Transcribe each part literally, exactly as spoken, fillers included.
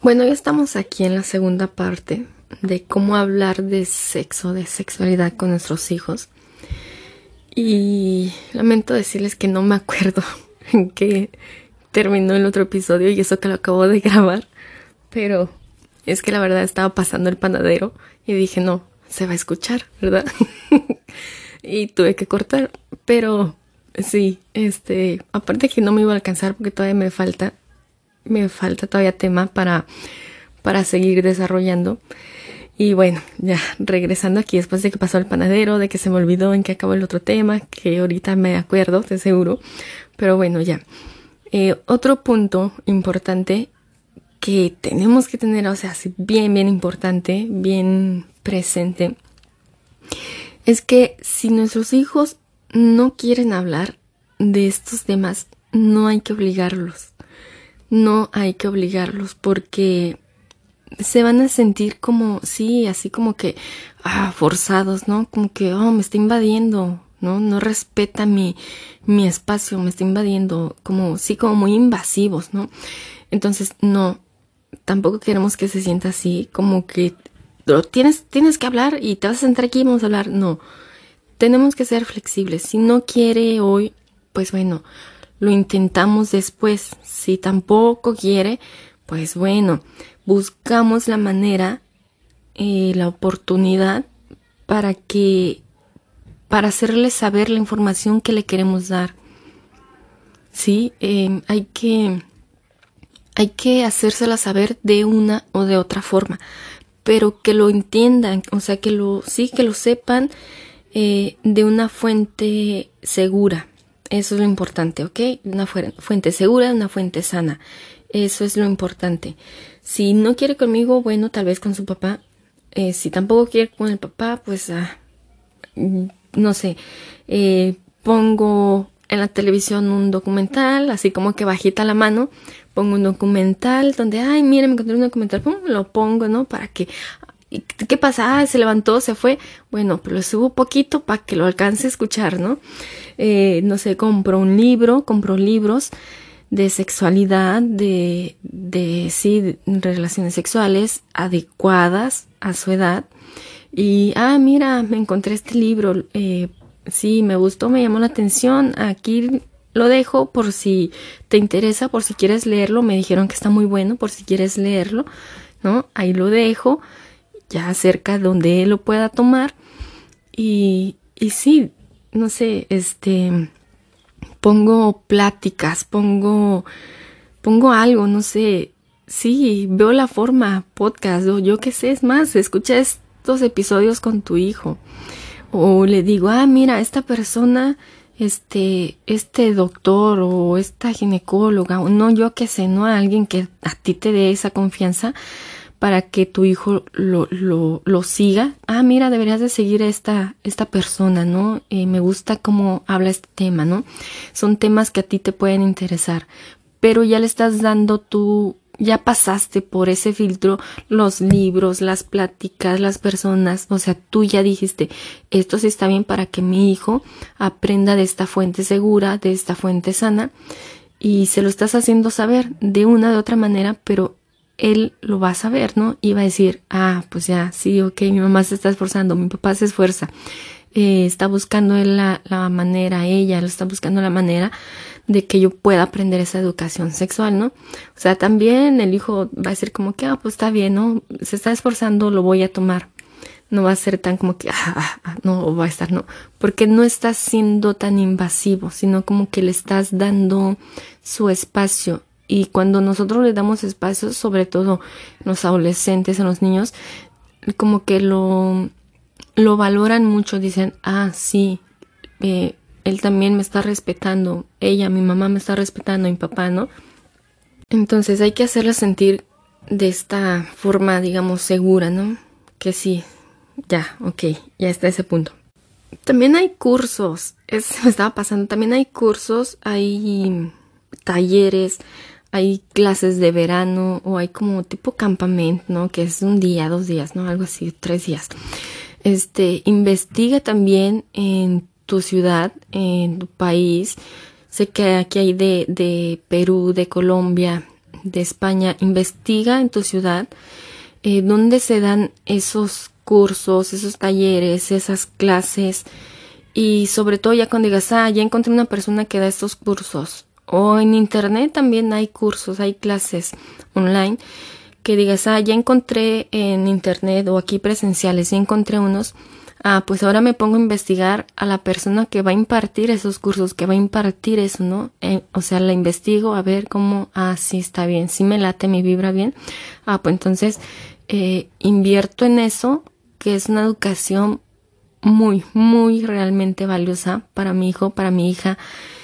Bueno, ya estamos aquí en la segunda parte de cómo hablar de sexo, de sexualidad con nuestros hijos. Y lamento decirles que no me acuerdo en qué terminó el otro episodio y eso que lo acabo de grabar. Pero es que la verdad estaba pasando el panadero y dije, no, se va a escuchar, ¿verdad? Y tuve que cortar. Pero sí, este, aparte que no me iba a alcanzar porque todavía me falta. Me falta todavía tema para, para seguir desarrollando. Y bueno, ya regresando aquí después de que pasó el panadero, de que se me olvidó en qué acabó el otro tema, que ahorita me acuerdo, de seguro. Pero bueno, ya. Eh, otro punto importante que tenemos que tener, o sea, bien, bien importante, bien presente, es que si nuestros hijos no quieren hablar de estos temas, no hay que obligarlos. No hay que obligarlos porque se van a sentir como, sí, así como que ah, forzados, ¿no? Como que, oh, me está invadiendo, ¿no? No respeta mi, mi espacio, me está invadiendo, como, sí, como muy invasivos, ¿no? Entonces, no, tampoco queremos que se sienta así, como que tienes, tienes que hablar y te vas a sentar aquí y vamos a hablar. No, tenemos que ser flexibles. Si no quiere hoy, pues bueno, lo intentamos después. Si tampoco quiere, pues bueno, buscamos la manera, eh, la oportunidad para que, para hacerle saber la información que le queremos dar. Sí, eh, hay que, hay que hacérsela saber de una o de otra forma, pero que lo entiendan, o sea, que lo, sí, que lo sepan eh, de una fuente segura. Eso es lo importante, ¿ok? Una fuente segura, una fuente sana. Eso es lo importante. Si no quiere conmigo, bueno, tal vez con su papá. Eh, si tampoco quiere con el papá, pues, ah, no sé, eh, pongo en la televisión un documental, así como que bajita la mano, pongo un documental donde, ay, mira, me encontré un documental, pum, lo pongo, ¿no? Para que, ¿qué pasa? Ah, se levantó, se fue. Bueno, pero lo subo poquito para que lo alcance a escuchar, ¿no? Eh, no sé, compro un libro, compro libros de sexualidad, de, de, sí, de relaciones sexuales adecuadas a su edad. Y, ah, mira, me encontré este libro, eh, sí, me gustó, me llamó la atención, aquí lo dejo por si te interesa, por si quieres leerlo, me dijeron que está muy bueno, por si quieres leerlo, ¿no? Ahí lo dejo, ya cerca donde él lo pueda tomar. Y, y sí, no sé, este, pongo pláticas, pongo, pongo algo, no sé, sí, veo la forma, podcast, o yo qué sé, es más, escucha estos episodios con tu hijo, o le digo, ah, mira, esta persona, este, este doctor, o esta ginecóloga, o no, yo qué sé, no, alguien que a ti te dé esa confianza, para que tu hijo lo, lo, lo siga. Ah, mira, deberías de seguir a esta, esta persona, ¿no? Eh, me gusta cómo habla este tema, ¿no? Son temas que a ti te pueden interesar, pero ya le estás dando tú, ya pasaste por ese filtro los libros, las pláticas, las personas, o sea, tú ya dijiste, esto sí está bien para que mi hijo aprenda de esta fuente segura, de esta fuente sana, y se lo estás haciendo saber de una de otra manera, pero él lo va a saber, ¿no? Y va a decir, ah, pues ya, sí, ok, mi mamá se está esforzando, mi papá se esfuerza, eh, está buscando él la, la manera, ella lo está buscando la manera de que yo pueda aprender esa educación sexual, ¿no? O sea, también el hijo va a decir como que, ah, pues está bien, ¿no? Se está esforzando, lo voy a tomar. No va a ser tan como que, ah, ah, no, va a estar, no. Porque no estás siendo tan invasivo, sino como que le estás dando su espacio. Y cuando nosotros le damos espacio, sobre todo en los adolescentes, en los niños, como que lo, lo valoran mucho. Dicen, ah, sí, eh, él también me está respetando. Ella, mi mamá me está respetando, mi papá, ¿no? Entonces hay que hacerla sentir de esta forma, digamos, segura, ¿no? Que sí, ya, ok, ya está ese punto. También hay cursos, es, me estaba pasando, también hay cursos, hay talleres, hay clases de verano o hay como tipo campamento, ¿no? Que es un día, dos días, ¿no? Algo así, tres días. Este, investiga también en tu ciudad, en tu país. Sé que aquí hay de, de Perú, de Colombia, de España, investiga en tu ciudad eh, dónde se dan esos cursos, esos talleres, esas clases, y sobre todo ya cuando digas, ah, ya encontré una persona que da estos cursos, o en internet también hay cursos, hay clases online, que digas, ah, ya encontré en internet o aquí presenciales, ya encontré unos, ah, pues ahora me pongo a investigar a la persona que va a impartir esos cursos, que va a impartir eso, ¿no? Eh, o sea, la investigo a ver cómo, ah, sí está bien, sí me late, me vibra bien, ah, pues entonces eh, invierto en eso, que es una educación muy, muy realmente valiosa para mi hijo, para mi hija.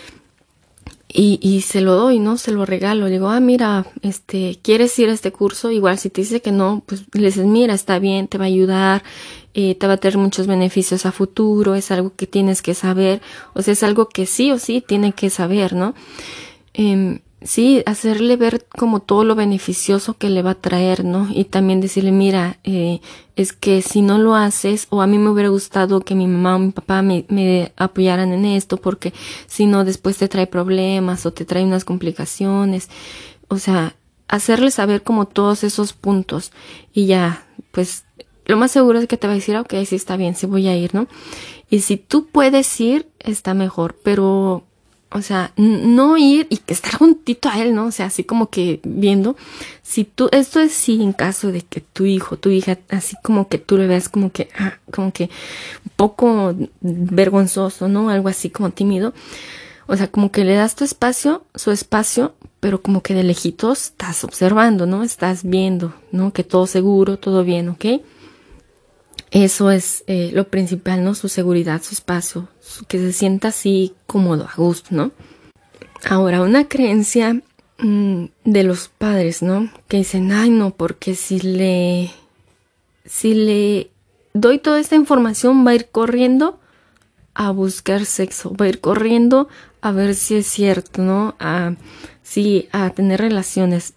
Y, y se lo doy, ¿no? Se lo regalo. Le digo, ah, mira, este, ¿quieres ir a este curso? Igual, si te dice que no, pues le dices, mira, está bien, te va a ayudar, eh, te va a tener muchos beneficios a futuro, es algo que tienes que saber, o sea, es algo que sí o sí tiene que saber, ¿no? Eh, sí, hacerle ver como todo lo beneficioso que le va a traer, ¿no? Y también decirle, mira, eh, es que si no lo haces, o a mí me hubiera gustado que mi mamá o mi papá me, me apoyaran en esto, porque si no después te trae problemas o te trae unas complicaciones. O sea, hacerle saber como todos esos puntos y ya, pues lo más seguro es que te va a decir, ok, sí está bien, sí voy a ir, ¿no? Y si tú puedes ir, está mejor, pero o sea, no ir y que estar juntito a él, ¿no? O sea, así como que viendo, si tú, esto es sí en caso de que tu hijo, tu hija, así como que tú le veas como que, ah, como que un poco vergonzoso, ¿no? Algo así como tímido. O sea, como que le das tu espacio, su espacio, pero como que de lejitos estás observando, ¿no? Estás viendo, ¿no? Que todo seguro, todo bien, ¿ok? Eso es eh, lo principal, ¿no? Su seguridad, su espacio, su, que se sienta así cómodo, a gusto, ¿no? Ahora, una creencia mmm, de los padres, ¿no? Que dicen, ay, no, porque si le, si le doy toda esta información, va a ir corriendo a buscar sexo, va a ir corriendo a ver si es cierto, ¿no? A, sí, a tener relaciones.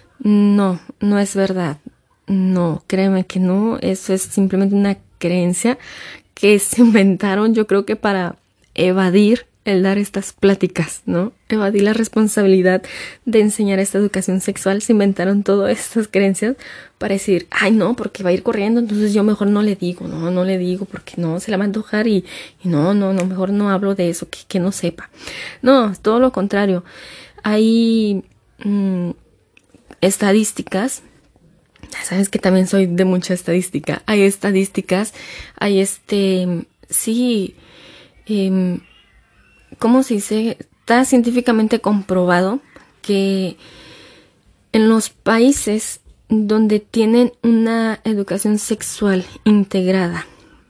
No, no es verdad. No, créeme que no, eso es simplemente una creencia que se inventaron, yo creo que para evadir el dar estas pláticas, ¿no? Evadir la responsabilidad de enseñar esta educación sexual, se inventaron todas estas creencias para decir, ay no, porque va a ir corriendo, entonces yo mejor no le digo, no, no le digo, porque no, se la va a antojar y, y no, no, no, mejor no hablo de eso, que, que no sepa. No, todo lo contrario. Hay mmm, estadísticas. Sabes que también soy de mucha estadística. Hay estadísticas, hay este, sí, eh, ¿cómo se dice? Está científicamente comprobado que en los países donde tienen una educación sexual integrada,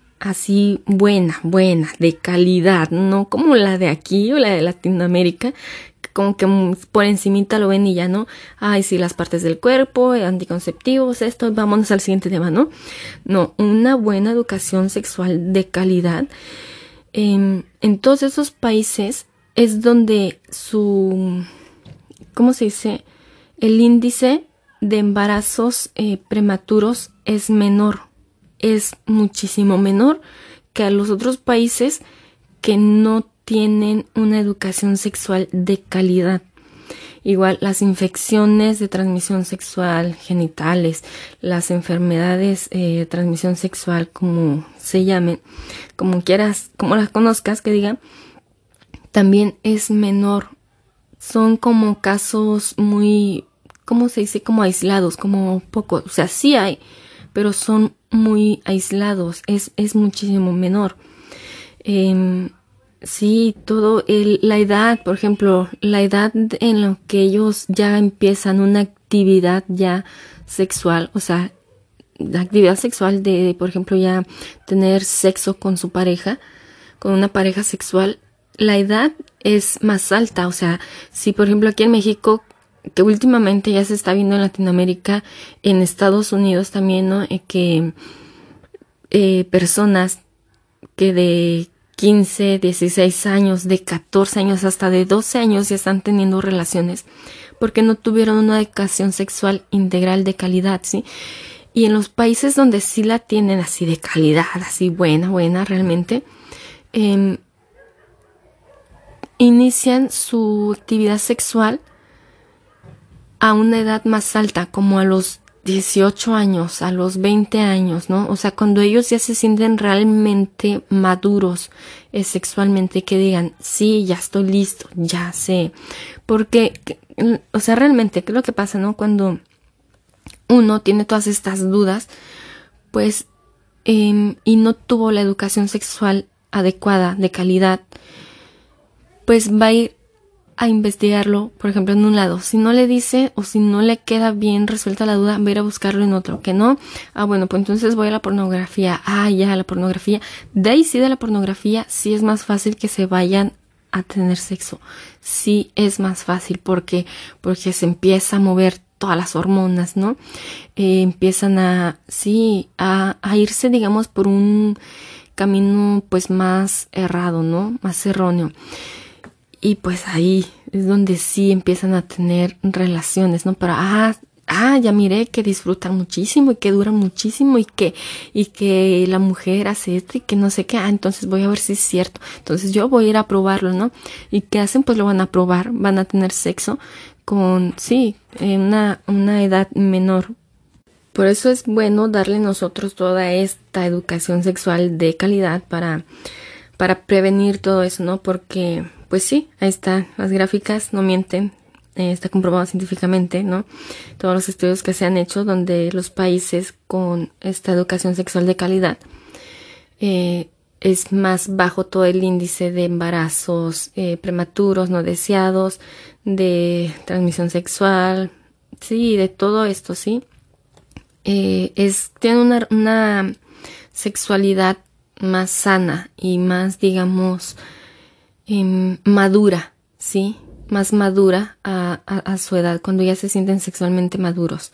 así buena, buena, de calidad, no como la de aquí o la de Latinoamérica, como que por encimita lo ven y ya no, ay, sí, las partes del cuerpo, anticonceptivos, esto, vámonos al siguiente tema, ¿no? No, una buena educación sexual de calidad. Eh, en todos esos países es donde su, ¿cómo se dice? El índice de embarazos eh, prematuros es menor, es muchísimo menor que a los otros países que no tienen una educación sexual de calidad. Igual las infecciones de transmisión sexual, genitales, las enfermedades eh, de transmisión sexual, como se llamen, como quieras, como las conozcas, que digan, también es menor. Son como casos muy, ¿cómo se dice? Como aislados, como poco, o sea, sí hay, pero son muy aislados, es, es muchísimo menor. Eh, Sí, todo, el, la edad, por ejemplo, la edad en la que ellos ya empiezan una actividad ya sexual, o sea, la actividad sexual de, por ejemplo, ya tener sexo con su pareja, con una pareja sexual, la edad es más alta, o sea, si por ejemplo aquí en México, que últimamente ya se está viendo en Latinoamérica, en Estados Unidos también, ¿no? Eh, que eh, personas que de quince, dieciséis años, de catorce años, hasta de doce años ya están teniendo relaciones porque no tuvieron una educación sexual integral de calidad, ¿sí? Y en los países donde sí la tienen así de calidad, así buena, buena realmente, eh, inician su actividad sexual a una edad más alta, como a los dieciocho años, a los veinte años, ¿no? O sea, cuando ellos ya se sienten realmente maduros eh, sexualmente, que digan, sí, ya estoy listo, ya sé. Porque, o sea, realmente, ¿qué es lo que pasa, no? Cuando uno tiene todas estas dudas, pues, eh, y no tuvo la educación sexual adecuada, de calidad, pues va a ir a investigarlo, por ejemplo, en un lado. Si no le dice o si no le queda bien resuelta la duda, va a ir a buscarlo en otro. Que no, ah, bueno, pues entonces voy a la pornografía. Ah, ya, la pornografía. De ahí sí, de la pornografía, sí es más fácil que se vayan a tener sexo. Sí es más fácil porque, porque se empieza a mover todas las hormonas, ¿no? Eh, empiezan a, sí, a, a irse, digamos, por un camino, pues, más errado, ¿no? Más erróneo. Y pues ahí es donde sí empiezan a tener relaciones, ¿no? Pero, ah, ah, ya miré que disfrutan muchísimo y que duran muchísimo y que, y que la mujer hace esto y que no sé qué. Ah, entonces voy a ver si es cierto. Entonces yo voy a ir a probarlo, ¿no? ¿Y qué hacen? Pues lo van a probar, van a tener sexo con, sí, en una, una edad menor. Por eso es bueno darle nosotros toda esta educación sexual de calidad para, para prevenir todo eso, ¿no? Porque, pues sí, ahí está, las gráficas no mienten, eh, está comprobado científicamente, ¿no? Todos los estudios que se han hecho donde los países con esta educación sexual de calidad eh, es más bajo todo el índice de embarazos eh, prematuros, no deseados, de transmisión sexual, sí, de todo esto, sí. Eh, es, tiene una, una sexualidad más sana y más, digamos, eh, madura, ¿sí? Más madura a, a, a su edad, cuando ya se sienten sexualmente maduros.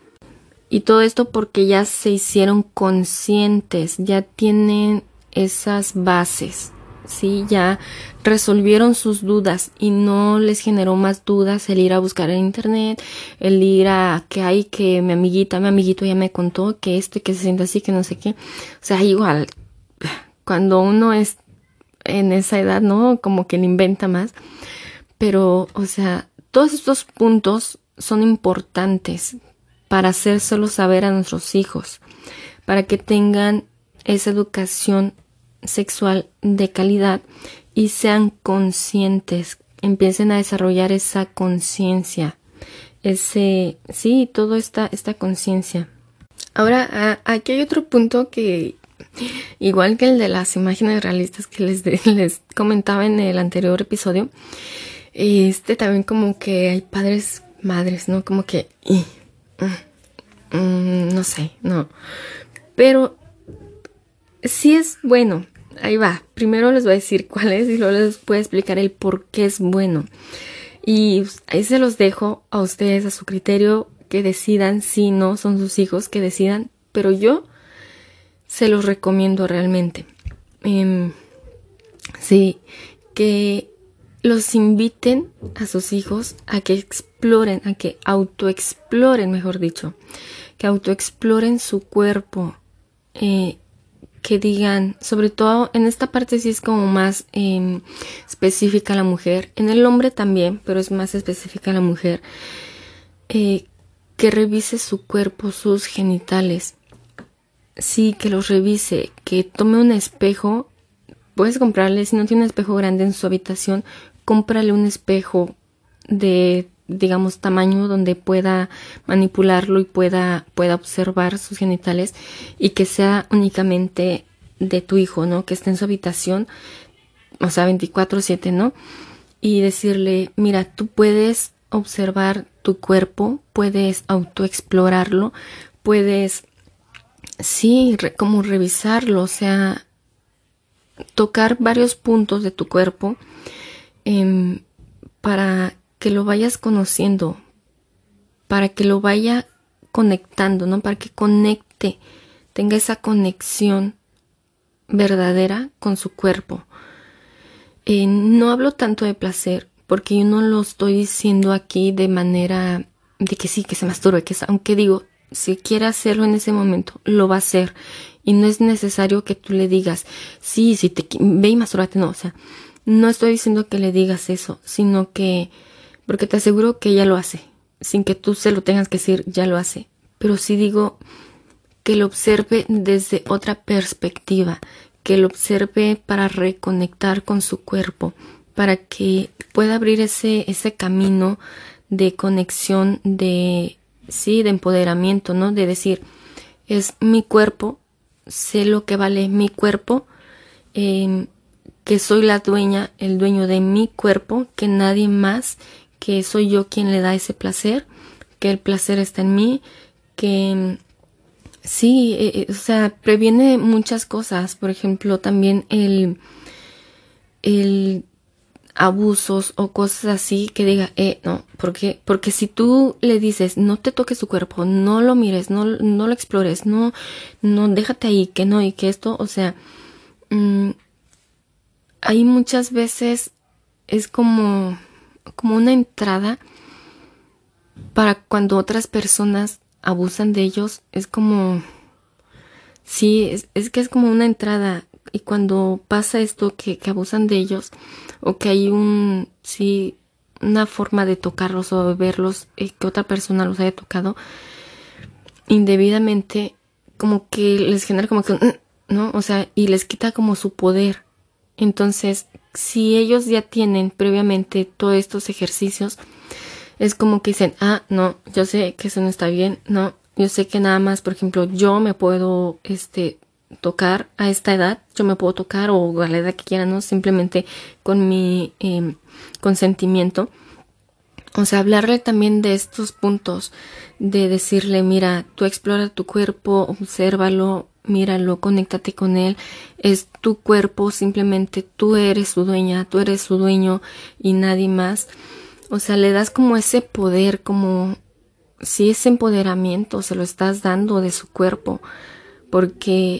Y todo esto porque ya se hicieron conscientes, ya tienen esas bases, ¿sí? Ya resolvieron sus dudas y no les generó más dudas el ir a buscar en internet, el ir a que hay que mi amiguita, mi amiguito ya me contó que esto y que se siente así, que no sé qué. O sea, igual, cuando uno es en esa edad, ¿no? Como que le inventa más. Pero, o sea, todos estos puntos son importantes para hacérselo saber a nuestros hijos, para que tengan esa educación sexual de calidad y sean conscientes, empiecen a desarrollar esa conciencia, ese, sí, toda esta, esta conciencia. Ahora, a, aquí hay otro punto que, igual que el de las imágenes realistas que les, de, les comentaba en el anterior episodio, este también como que hay padres, madres, ¿no? Como que, y, mm, mm, no sé, no. Pero sí es bueno. Ahí va. Primero les voy a decir cuál es y luego les voy a explicar el por qué es bueno. Y ahí se los dejo a ustedes, a su criterio, que decidan si no son sus hijos, que decidan. Pero yo se los recomiendo realmente. Eh, sí, que los inviten a sus hijos a que exploren, a que autoexploren, mejor dicho, que autoexploren su cuerpo, eh, que digan, sobre todo en esta parte sí es como más eh, específica la mujer, en el hombre también, pero es más específica la mujer, eh, que revise su cuerpo, sus genitales, sí, que los revise, que tome un espejo. Puedes comprarle, si no tiene un espejo grande en su habitación, cómprale un espejo de, digamos, tamaño donde pueda manipularlo y pueda, pueda observar sus genitales y que sea únicamente de tu hijo, ¿no? Que esté en su habitación, o sea, veinticuatro siete, ¿no? Y decirle, mira, tú puedes observar tu cuerpo, puedes autoexplorarlo, puedes, sí, re, como revisarlo, o sea, tocar varios puntos de tu cuerpo eh, para que lo vayas conociendo, para que lo vaya conectando, ¿no? Para que conecte, tenga esa conexión verdadera con su cuerpo. Eh, no hablo tanto de placer, porque yo no lo estoy diciendo aquí de manera de que sí, que se masturbe, que aunque digo, si quiere hacerlo en ese momento, lo va a hacer. Y no es necesario que tú le digas, sí, sí, te, ve y mastúrbate, no, o sea, no estoy diciendo que le digas eso, sino que, porque te aseguro que ella lo hace, sin que tú se lo tengas que decir, ya lo hace. Pero sí digo que lo observe desde otra perspectiva, que lo observe para reconectar con su cuerpo, para que pueda abrir ese, ese camino de conexión, de, sí, de empoderamiento, ¿no? De decir, es mi cuerpo, sé lo que vale mi cuerpo, eh, que soy la dueña, el dueño de mi cuerpo, que nadie más, que soy yo quien le da ese placer, que el placer está en mí, que sí, eh, o sea, previene muchas cosas. Por ejemplo, también el, el abusos o cosas así que diga, eh, no, ¿por qué? Porque si tú le dices, no te toques tu cuerpo, no lo mires, no, no lo explores, no, no, déjate ahí, que no, y que esto, o sea, mmm, ahí muchas veces es como, como una entrada para cuando otras personas abusan de ellos, es como, sí, es, es que es como una entrada. Y cuando pasa esto que, que abusan de ellos, o que hay un, sí, una forma de tocarlos o de verlos, eh, que otra persona los haya tocado indebidamente, como que les genera como que, ¿no? O sea, y les quita como su poder. Entonces, si ellos ya tienen previamente todos estos ejercicios, es como que dicen, ah, no, yo sé que eso no está bien, no, yo sé que nada más, por ejemplo, yo me puedo, este, tocar a esta edad, yo me puedo tocar o a la edad que quiera, ¿no? Simplemente con mi eh, consentimiento. O sea, hablarle también de estos puntos, de decirle, mira, tú explora tu cuerpo, obsérvalo, míralo, conéctate con él, es tu cuerpo, simplemente tú eres su dueña, tú eres su dueño y nadie más. O sea, le das como ese poder, como si ese empoderamiento se lo estás dando de su cuerpo, porque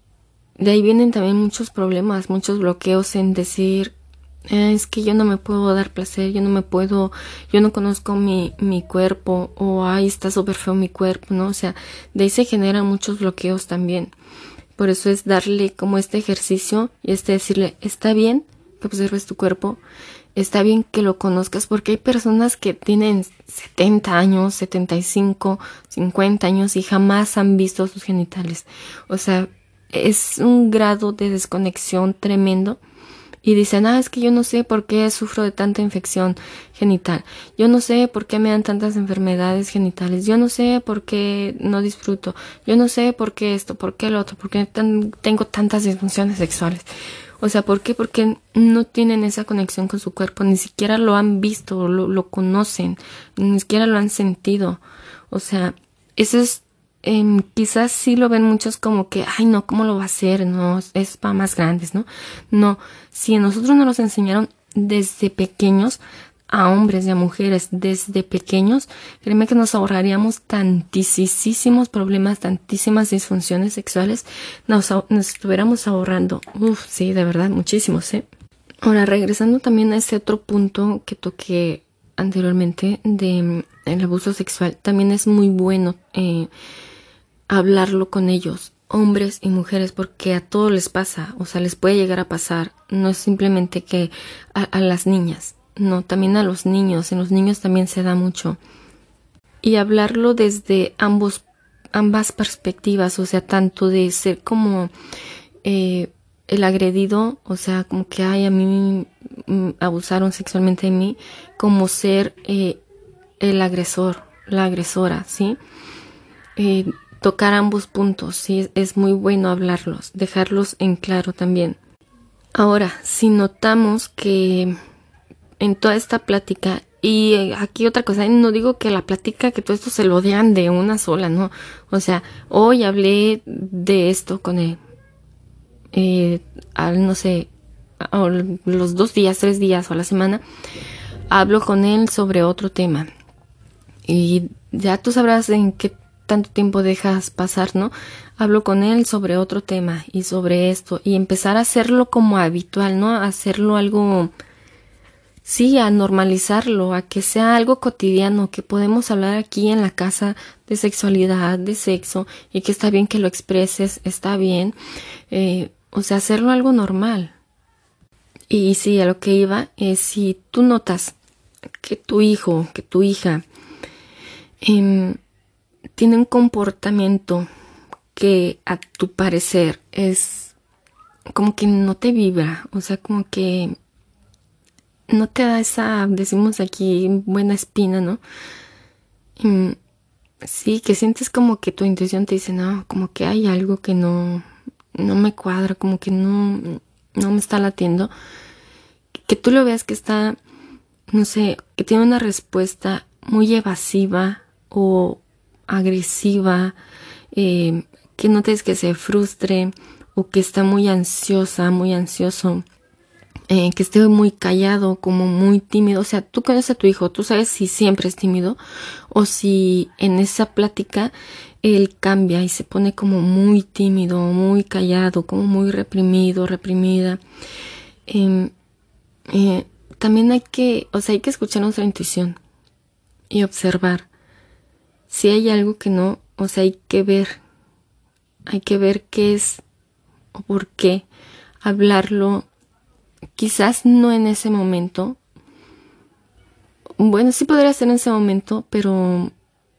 de ahí vienen también muchos problemas, muchos bloqueos en decir, eh, es que yo no me puedo dar placer, yo no me puedo, yo no conozco mi, mi cuerpo, o ay, está súper feo mi cuerpo, ¿no? O sea, de ahí se generan muchos bloqueos también. Por eso es darle como este ejercicio y este decirle, está bien que observes tu cuerpo, está bien que lo conozcas, porque hay personas que tienen setenta años, setenta y cinco, cincuenta años y jamás han visto sus genitales. O sea, es un grado de desconexión tremendo. Y dicen, ah, es que yo no sé por qué sufro de tanta infección genital. Yo no sé por qué me dan tantas enfermedades genitales. Yo no sé por qué no disfruto. Yo no sé por qué esto, por qué lo otro, por qué tan, tengo tantas disfunciones sexuales. O sea, ¿por qué? Porque no tienen esa conexión con su cuerpo. Ni siquiera lo han visto, lo, lo conocen. Ni siquiera lo han sentido. O sea, eso es... Eh, quizás sí lo ven muchos como que, ay no, ¿cómo lo va a hacer? No, es para más grandes, ¿no? No, si a nosotros nos los enseñaron desde pequeños, a hombres y a mujeres desde pequeños, créeme que nos ahorraríamos tantísimos problemas, tantísimas disfunciones sexuales, nos, nos estuviéramos ahorrando, uff, sí, de verdad, muchísimos, ¿eh? Ahora, regresando también a ese otro punto que toqué anteriormente de el abuso sexual, también es muy bueno eh, hablarlo con ellos, hombres y mujeres, porque a todos les pasa, o sea, les puede llegar a pasar, no es simplemente que a, a las niñas, no, también a los niños, en los niños también se da mucho. Y hablarlo desde ambos, ambas perspectivas, o sea, tanto de ser como eh, el agredido, o sea, como que ay, a mí mm, abusaron sexualmente de mí, como ser eh, el agresor, la agresora, ¿sí? Eh, tocar ambos puntos, sí, es muy bueno hablarlos, dejarlos en claro también. Ahora, si notamos que en toda esta plática, y aquí otra cosa, no digo que la plática, que todo esto se lo dean de una sola, no, o sea, hoy hablé de esto con él, eh, al, no sé, a los dos días, tres días o a la semana, hablo con él sobre otro tema, y ya tú sabrás en qué tanto tiempo dejas pasar, ¿no? Hablo con él sobre otro tema y sobre esto y empezar a hacerlo como habitual, ¿no? Hacerlo algo, sí, a normalizarlo, a que sea algo cotidiano, que podemos hablar aquí en la casa de sexualidad, de sexo y que está bien que lo expreses, está bien, eh, o sea, hacerlo algo normal. Y sí, a lo que iba es si tú notas que tu hijo, que tu hija em, tiene un comportamiento que a tu parecer es como que no te vibra, o sea, como que no te da esa, decimos aquí, buena espina, ¿no? Em, sí, que sientes como que tu intuición te dice, no, como que hay algo que no, no me cuadra, como que no, no me está latiendo. Que tú lo veas que está, no sé, que tiene una respuesta muy evasiva o agresiva, eh, que notes que se frustre o que está muy ansiosa, muy ansioso, eh, que esté muy callado, como muy tímido. O sea, tú conoces a tu hijo, tú sabes si siempre es tímido o si en esa plática él cambia y se pone como muy tímido, muy callado, como muy reprimido, reprimida. Eh, eh, también hay que, o sea, hay que escuchar nuestra intuición y observar. Si hay algo que no, o sea, hay que ver, hay que ver qué es o por qué, hablarlo, quizás no en ese momento. Bueno, sí podría ser en ese momento, pero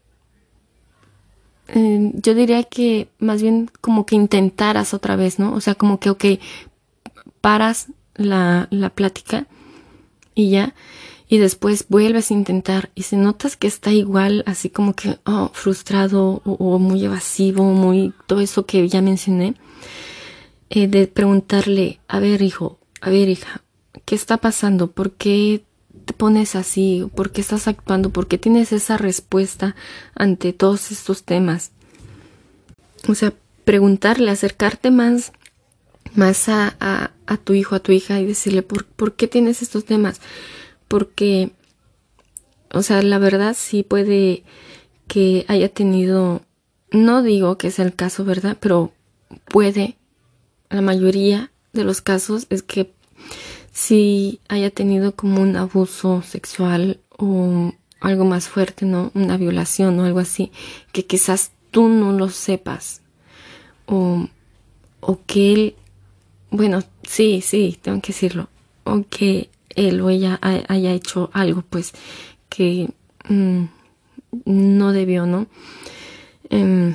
eh, yo diría que más bien como que intentaras otra vez, ¿no? O sea, como que, ok, paras la, la plática y ya, y después vuelves a intentar y si notas que está igual, así como que oh, frustrado o, o muy evasivo, muy todo eso que ya mencioné, eh, de preguntarle, a ver hijo, a ver hija, ¿qué está pasando? ¿Por qué te pones así? ¿Por qué estás actuando? ¿Por qué tienes esa respuesta ante todos estos temas? O sea, preguntarle, acercarte más, más a, a, a tu hijo, a tu hija y decirle, ¿por, ¿por qué tienes estos temas? Porque, o sea, la verdad sí puede que haya tenido, no digo que sea el caso, ¿verdad? Pero puede, la mayoría de los casos es que sí haya tenido como un abuso sexual o algo más fuerte, ¿no? Una violación o algo así, que quizás tú no lo sepas o, o que él, bueno, sí, sí, tengo que decirlo, o que él o ella haya hecho algo, pues, que mmm, no debió, ¿no? Um,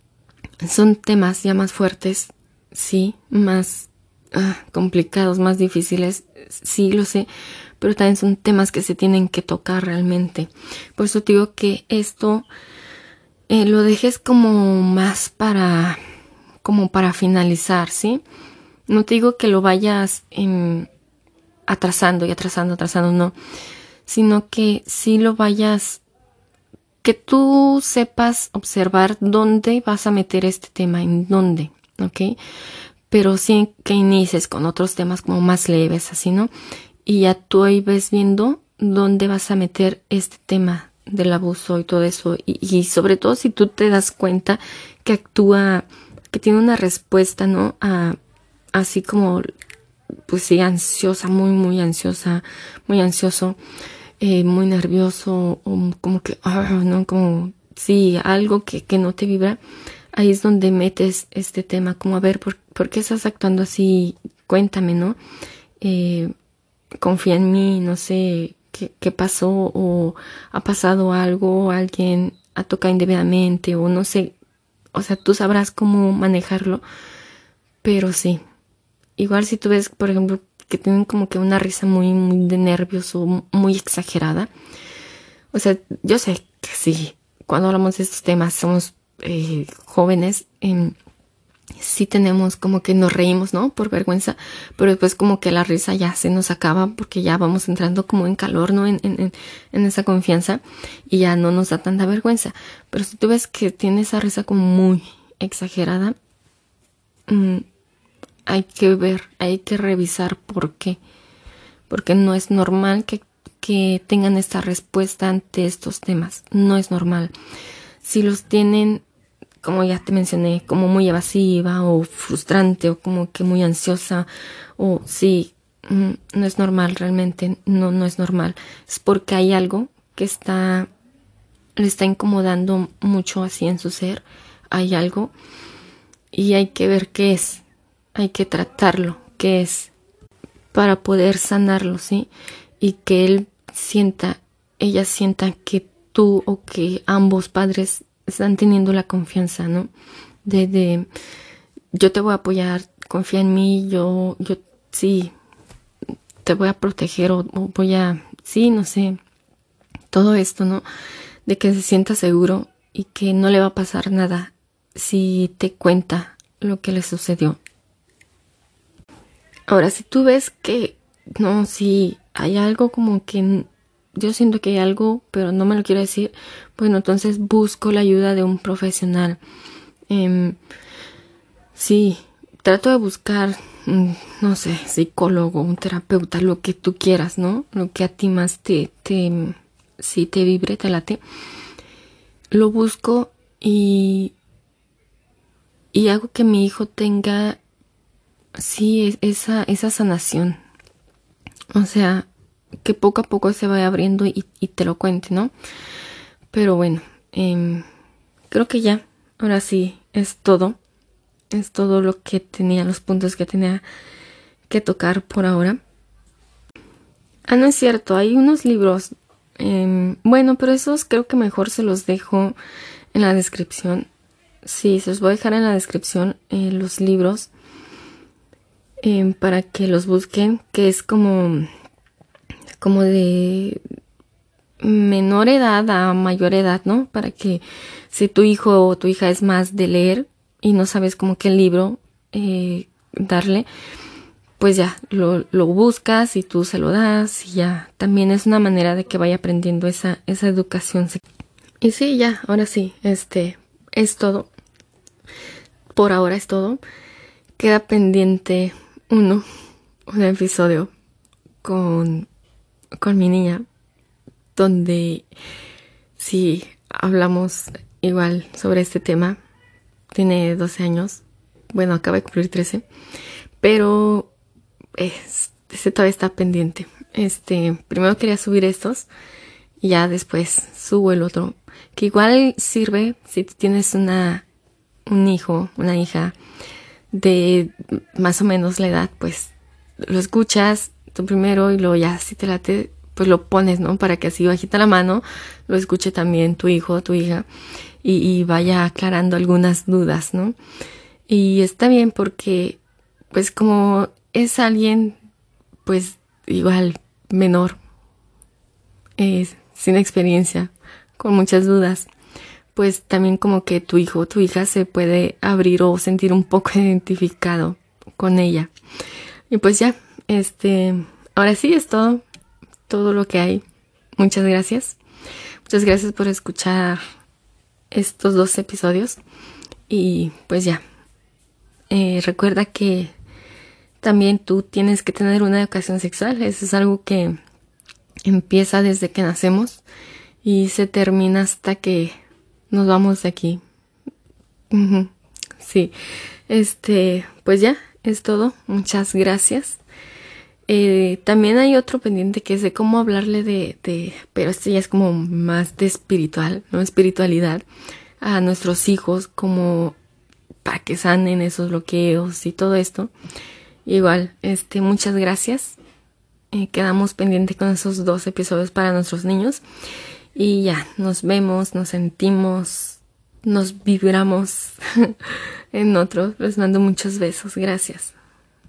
son temas ya más fuertes, sí, más ah, complicados, más difíciles, sí, lo sé, pero también son temas que se tienen que tocar realmente. Por eso te digo que esto eh, lo dejes como más para, como para finalizar, ¿sí? No te digo que lo vayas eh, atrasando y atrasando, atrasando, no, sino que sí lo vayas, que tú sepas observar dónde vas a meter este tema, en dónde, ¿ok? Pero sí que inicies con otros temas como más leves, así, ¿no? Y ya tú ahí ves viendo dónde vas a meter este tema del abuso y todo eso. Y, y sobre todo si tú te das cuenta que actúa, que tiene una respuesta, ¿no? A, así como, pues sí, ansiosa, muy, muy ansiosa, muy ansioso, eh, muy nervioso, o como que, oh, ¿no? Como, sí, algo que, que no te vibra. Ahí es donde metes este tema, como a ver, ¿por, ¿por qué estás actuando así? Cuéntame, ¿no? Eh, confía en mí, no sé qué, qué pasó o ha pasado algo, alguien ha tocado indebidamente o no sé, o sea, tú sabrás cómo manejarlo, pero sí, igual si tú ves, por ejemplo, que tienen como que una risa muy, muy de nervios o muy exagerada, o sea, yo sé que sí, cuando hablamos de estos temas somos eh, jóvenes, eh, sí tenemos como que nos reímos, ¿no? Por vergüenza, pero después como que la risa ya se nos acaba porque ya vamos entrando como en calor, ¿no? En, en, en esa confianza y ya no nos da tanta vergüenza. Pero si tú ves que tiene esa risa como muy exagerada, mmm, hay que ver, hay que revisar por qué. Porque no es normal que, que tengan esta respuesta ante estos temas. No es normal. Si los tienen, como ya te mencioné, como muy evasiva o frustrante o como que muy ansiosa o sí, no es normal realmente, no, no es normal. Es porque hay algo que está, le está incomodando mucho así en su ser, hay algo y hay que ver qué es, hay que tratarlo, qué es, para poder sanarlo, ¿sí? Y que él sienta, ella sienta que tú o que ambos padres están teniendo la confianza, ¿no? De, de yo te voy a apoyar, confía en mí, yo, yo sí, te voy a proteger o, o voy a, sí, no sé, todo esto, ¿no? De que se sienta seguro y que no le va a pasar nada si te cuenta lo que le sucedió. Ahora, si tú ves que, no, si hay algo como que yo siento que hay algo, pero no me lo quiero decir, bueno, entonces busco la ayuda de un profesional. Eh, sí, trato de buscar, no sé, psicólogo, un terapeuta, lo que tú quieras, ¿no? Lo que a ti más te, te, si te vibre, te late. Lo busco y, y hago que mi hijo tenga, sí, esa, esa sanación. O sea, que poco a poco se vaya abriendo y, y te lo cuente, ¿no? Pero bueno, eh, creo que ya, ahora sí, es todo. Es todo lo que tenía, los puntos que tenía que tocar por ahora. Ah, no es cierto, hay unos libros. Eh, bueno, pero esos creo que mejor se los dejo en la descripción. Sí, se los voy a dejar en la descripción eh, los libros eh, para que los busquen, que es como, como de menor edad a mayor edad, ¿no? Para que si tu hijo o tu hija es más de leer y no sabes como qué libro eh, darle, pues ya lo, lo buscas y tú se lo das y ya también es una manera de que vaya aprendiendo esa, esa educación. Y sí, ya, ahora sí, este es todo. Por ahora es todo. Queda pendiente uno, un episodio con, con mi niña, donde sí hablamos igual sobre este tema. Tiene doce años, bueno, acaba de cumplir trece, pero este todavía está pendiente. Este, primero quería subir estos y ya después subo el otro, que igual sirve si tienes una un hijo, una hija de más o menos la edad, pues lo escuchas tú primero y luego ya si te late, pues lo pones, ¿no? Para que así bajita la mano lo escuche también tu hijo o tu hija y, y vaya aclarando algunas dudas, ¿no? Y está bien porque pues como es alguien pues igual menor, eh, sin experiencia, con muchas dudas, pues también como que tu hijo o tu hija se puede abrir o sentir un poco identificado con ella. Y pues ya, este, ahora sí es todo, todo lo que hay. Muchas gracias. Muchas gracias por escuchar estos dos episodios. Y pues ya, eh, recuerda que también tú tienes que tener una educación sexual. Eso es algo que empieza desde que nacemos y se termina hasta que nos vamos de aquí. Uh-huh. Sí, este, pues ya, es todo. Muchas gracias. Eh, también hay otro pendiente que es de cómo hablarle de, de, pero este ya es como más de espiritual, ¿no? Espiritualidad a nuestros hijos, como para que sanen esos bloqueos y todo esto. Igual, este, muchas gracias. Eh, quedamos pendientes con esos dos episodios para nuestros niños. Y ya, nos vemos, nos sentimos, nos vibramos en otros. Les mando muchos besos. Gracias.